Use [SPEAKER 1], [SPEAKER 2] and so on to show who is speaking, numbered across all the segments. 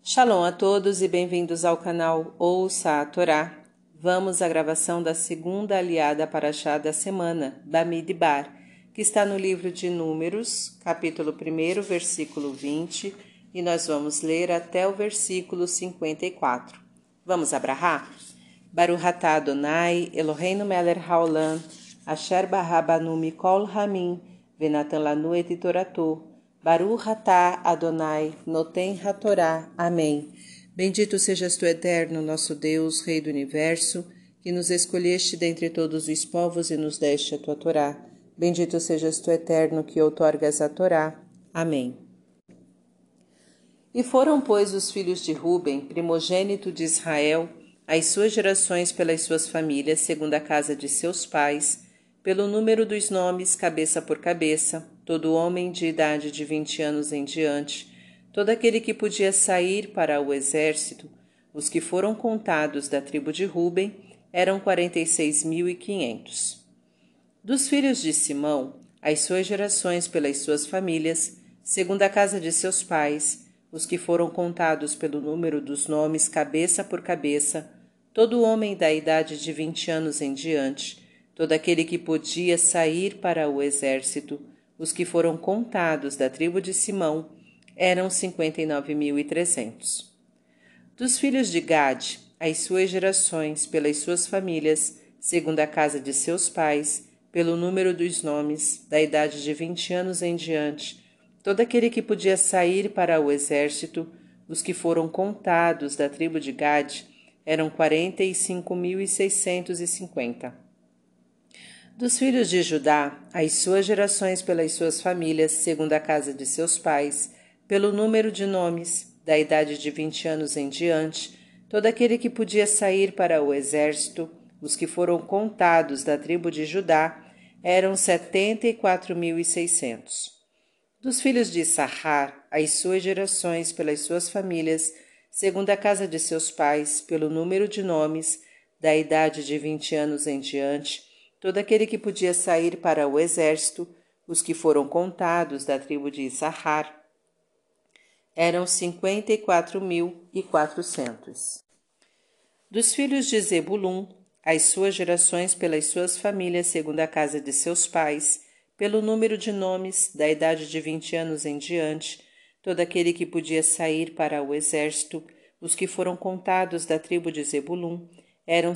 [SPEAKER 1] Shalom a todos e bem-vindos ao canal Ouça a Torá. Vamos à gravação da segunda aliada Parashá da semana, Bamidbar, que está no livro de Números, capítulo 1, versículo 20, e nós vamos ler até o versículo 54. Vamos abrahar? Baruch atah Adonai, Eloheinu melech haolam, asher bará banu mikol hamim, venatan lanu et torato. Baruch atah Adonai, noten hatorá. Amém. Bendito sejas tu, eterno, nosso Deus, Rei do Universo, que nos escolheste dentre todos os povos e nos deste a tua Torá. Bendito sejas tu, eterno, que outorgas a Torá. Amém. E foram, pois, os filhos de Ruben, primogênito de Israel, as suas gerações pelas suas famílias, segundo a casa de seus pais, pelo número dos nomes, cabeça por cabeça, todo homem de idade de 20 anos em diante, todo aquele que podia sair para o exército, os que foram contados da tribo de Ruben, eram 46.500. Dos filhos de Simão, as suas gerações pelas suas famílias, segundo a casa de seus pais, os que foram contados pelo número dos nomes, cabeça por cabeça, todo homem da idade de 20 anos em diante, todo aquele que podia sair para o exército, os que foram contados da tribo de Simão, eram 59.300. Dos filhos de Gade, as suas gerações, pelas suas famílias, segundo a casa de seus pais, pelo número dos nomes, da idade de 20 anos em diante, todo aquele que podia sair para o exército, os que foram contados da tribo de Gade, eram 45.650. Dos filhos de Judá, as suas gerações pelas suas famílias, segundo a casa de seus pais, pelo número de nomes, da idade de 20 anos em diante, todo aquele que podia sair para o exército, os que foram contados da tribo de Judá, eram 74.600. Dos filhos de Issachar, as suas gerações pelas suas famílias, segundo a casa de seus pais, pelo número de nomes, da idade de 20 anos em diante, todo aquele que podia sair para o exército, os que foram contados da tribo de Issachar, eram 54.400. Dos filhos de Zebulum, as suas gerações pelas suas famílias, segundo a casa de seus pais, pelo número de nomes, da idade de 20 anos em diante, todo aquele que podia sair para o exército, os que foram contados da tribo de Zebulum, eram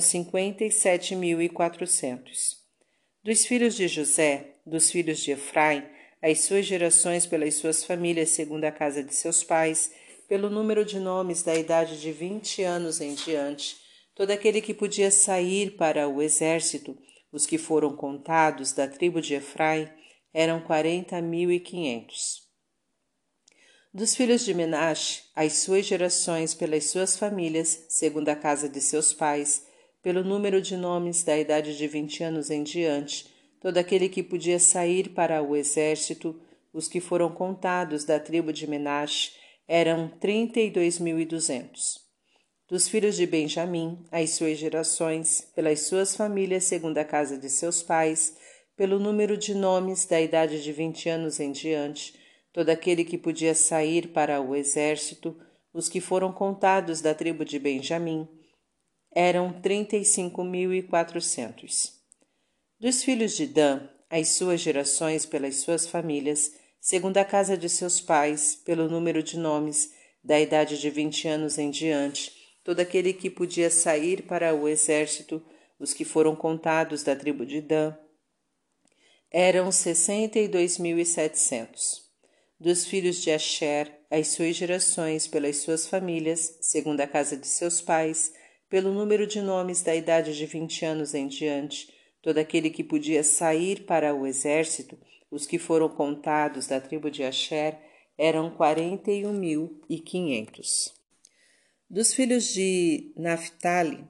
[SPEAKER 1] 57.400. Dos filhos de José, dos filhos de Efraim, as suas gerações pelas suas famílias, segundo a casa de seus pais, pelo número de nomes, da idade de 20 anos em diante, todo aquele que podia sair para o exército, os que foram contados da tribo de Efraim, eram 40.500. Dos filhos de Menaxe, as suas gerações pelas suas famílias, segundo a casa de seus pais, pelo número de nomes, da idade de 20 anos em diante, todo aquele que podia sair para o exército, os que foram contados da tribo de Menaxe, eram 32.200. Dos filhos de Benjamim, as suas gerações, pelas suas famílias, segundo a casa de seus pais, pelo número de nomes, da idade de 20 anos em diante, todo aquele que podia sair para o exército, os que foram contados da tribo de Benjamim, eram 35.400. Dos filhos de Dan, as suas gerações pelas suas famílias, segundo a casa de seus pais, pelo número de nomes, da idade de 20 anos em diante, todo aquele que podia sair para o exército, os que foram contados da tribo de Dan, eram 62.700. Dos filhos de Asher, as suas gerações pelas suas famílias, segundo a casa de seus pais, pelo número de nomes, da idade de 20 anos em diante, todo aquele que podia sair para o exército, os que foram contados da tribo de Asher, eram 41.500. Dos filhos de Naphtali,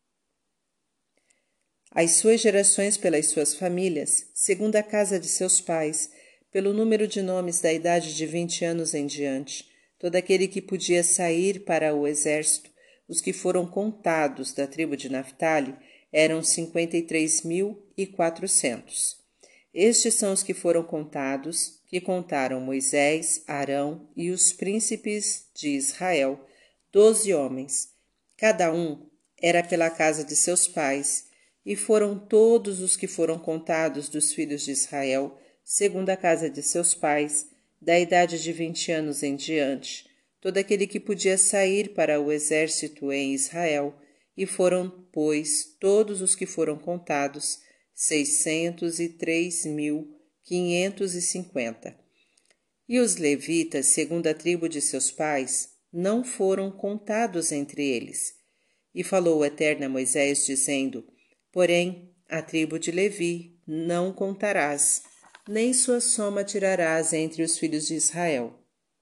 [SPEAKER 1] as suas gerações pelas suas famílias, segundo a casa de seus pais, pelo número de nomes, da idade de 20 anos em diante, todo aquele que podia sair para o exército, os que foram contados da tribo de Naphtali, eram 53.400. Estes são os que foram contados, que contaram Moisés, Arão e os príncipes de Israel, 12 homens. Cada um era pela casa de seus pais, e foram todos os que foram contados dos filhos de Israel, segundo a casa de seus pais, da idade de 20 anos em diante, todo aquele que podia sair para o exército em Israel, e foram, pois, todos os que foram contados, 603.550. E os levitas, segundo a tribo de seus pais, não foram contados entre eles. E falou o Eterno a Moisés, dizendo: porém, a tribo de Levi não contarás, nem sua soma tirarás entre os filhos de Israel.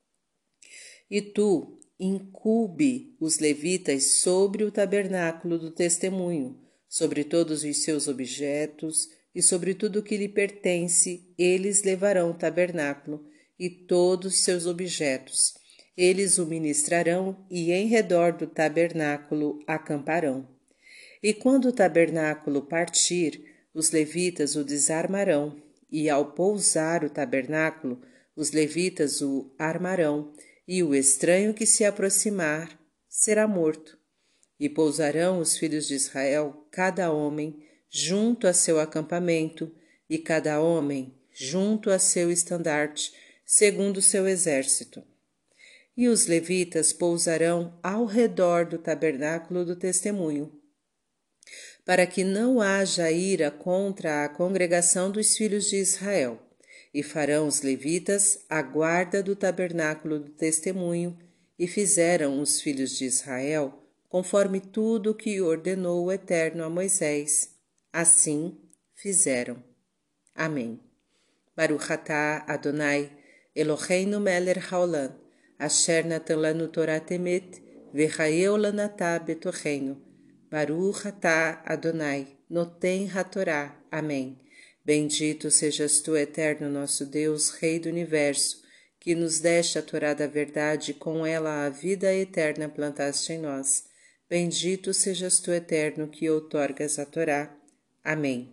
[SPEAKER 1] E tu incube os levitas sobre o tabernáculo do testemunho, sobre todos os seus objetos e sobre tudo o que lhe pertence, eles levarão o tabernáculo e todos os seus objetos. Eles o ministrarão e em redor do tabernáculo acamparão. E quando o tabernáculo partir, os levitas o desarmarão, e ao pousar o tabernáculo, os levitas o armarão, e o estranho que se aproximar será morto. E pousarão os filhos de Israel, cada homem, junto a seu acampamento, e cada homem junto a seu estandarte, segundo o seu exército. E os levitas pousarão ao redor do tabernáculo do testemunho, para que não haja ira contra a congregação dos filhos de Israel. E farão os levitas a guarda do tabernáculo do testemunho, e fizeram os filhos de Israel conforme tudo o que ordenou o Eterno a Moisés. Assim fizeram. Amém. Baruch atah Adonai, Eloheinu melech haolam, asher natan lanu Torah temet, v'chayeu lanatah betocheinu. Baruch atah Adonai, noten hatorá. Amém. Bendito sejas tu, Eterno nosso Deus, Rei do Universo, que nos deste a Torá da verdade e com ela a vida eterna plantaste em nós. Bendito sejas tu, Eterno, que outorgas a Torá. Amém.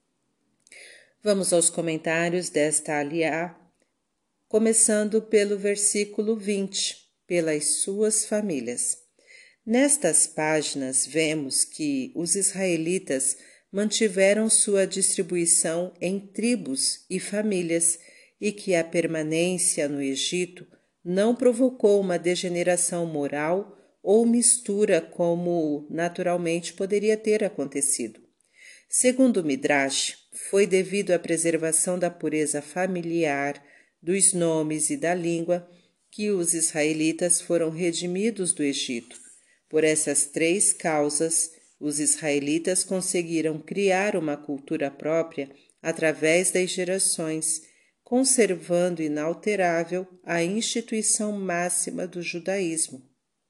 [SPEAKER 1] Vamos aos comentários desta aliá, começando pelo versículo 20, pelas suas famílias. Nestas páginas vemos que os israelitas mantiveram sua distribuição em tribos e famílias e que a permanência no Egito não provocou uma degeneração moral ou mistura como naturalmente poderia ter acontecido. Segundo o Midrash, foi devido à preservação da pureza familiar, dos nomes e da língua que os israelitas foram redimidos do Egito. Por essas três causas, os israelitas conseguiram criar uma cultura própria através das gerações, conservando inalterável a instituição máxima do judaísmo,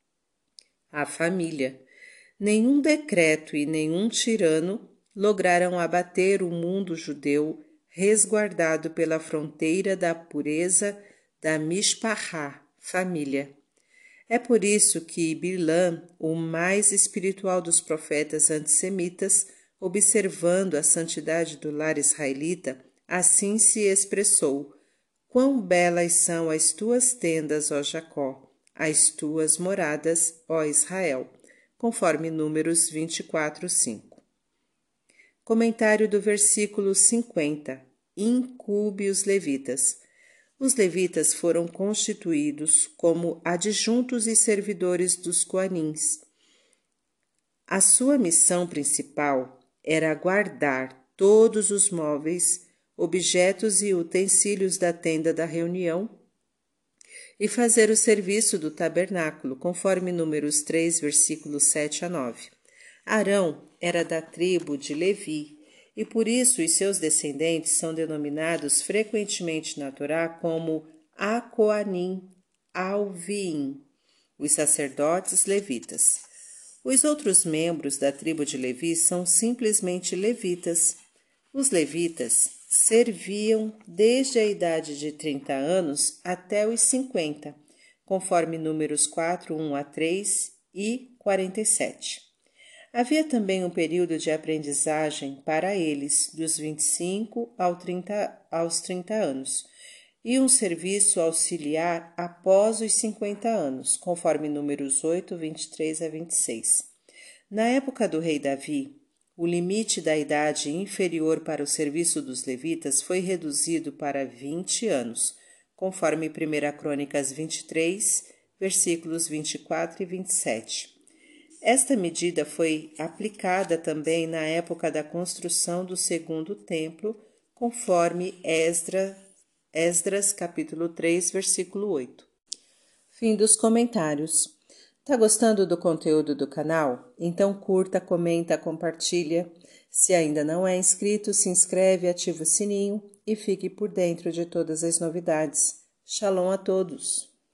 [SPEAKER 1] a família. Nenhum decreto e nenhum tirano lograram abater o mundo judeu resguardado pela fronteira da pureza da mishpachá, família. É por isso que Bilam, o mais espiritual dos profetas antissemitas, observando a santidade do lar israelita, assim se expressou: quão belas são as tuas tendas, ó Jacó, as tuas moradas, ó Israel, conforme Números 24:5. Comentário do versículo 50. Incube os levitas. Os levitas foram constituídos como adjuntos e servidores dos coanins. A sua missão principal era guardar todos os móveis, objetos e utensílios da tenda da reunião e fazer o serviço do tabernáculo, conforme Números 3, versículos 7 a 9. Arão era da tribo de Levi, e por isso os seus descendentes são denominados frequentemente na Torá como Acoanim, Alviim, os sacerdotes levitas. Os outros membros da tribo de Levi são simplesmente levitas. Os levitas serviam desde a idade de 30 anos até os 50, conforme Números 4, 1 a 3 e 47. Havia também um período de aprendizagem para eles, dos 25 aos 30 anos, e um serviço auxiliar após os 50 anos, conforme Números 8, 23 a 26. Na época do rei Davi, o limite da idade inferior para o serviço dos levitas foi reduzido para 20 anos, conforme 1 Crônicas 23, versículos 24 e 27. Esta medida foi aplicada também na época da construção do segundo templo, conforme Esdras capítulo 3, versículo 8. Fim dos comentários. Tá gostando do conteúdo do canal? Então curta, comenta, compartilha. Se ainda não é inscrito, se inscreve, ativa o sininho e fique por dentro de todas as novidades. Shalom a todos!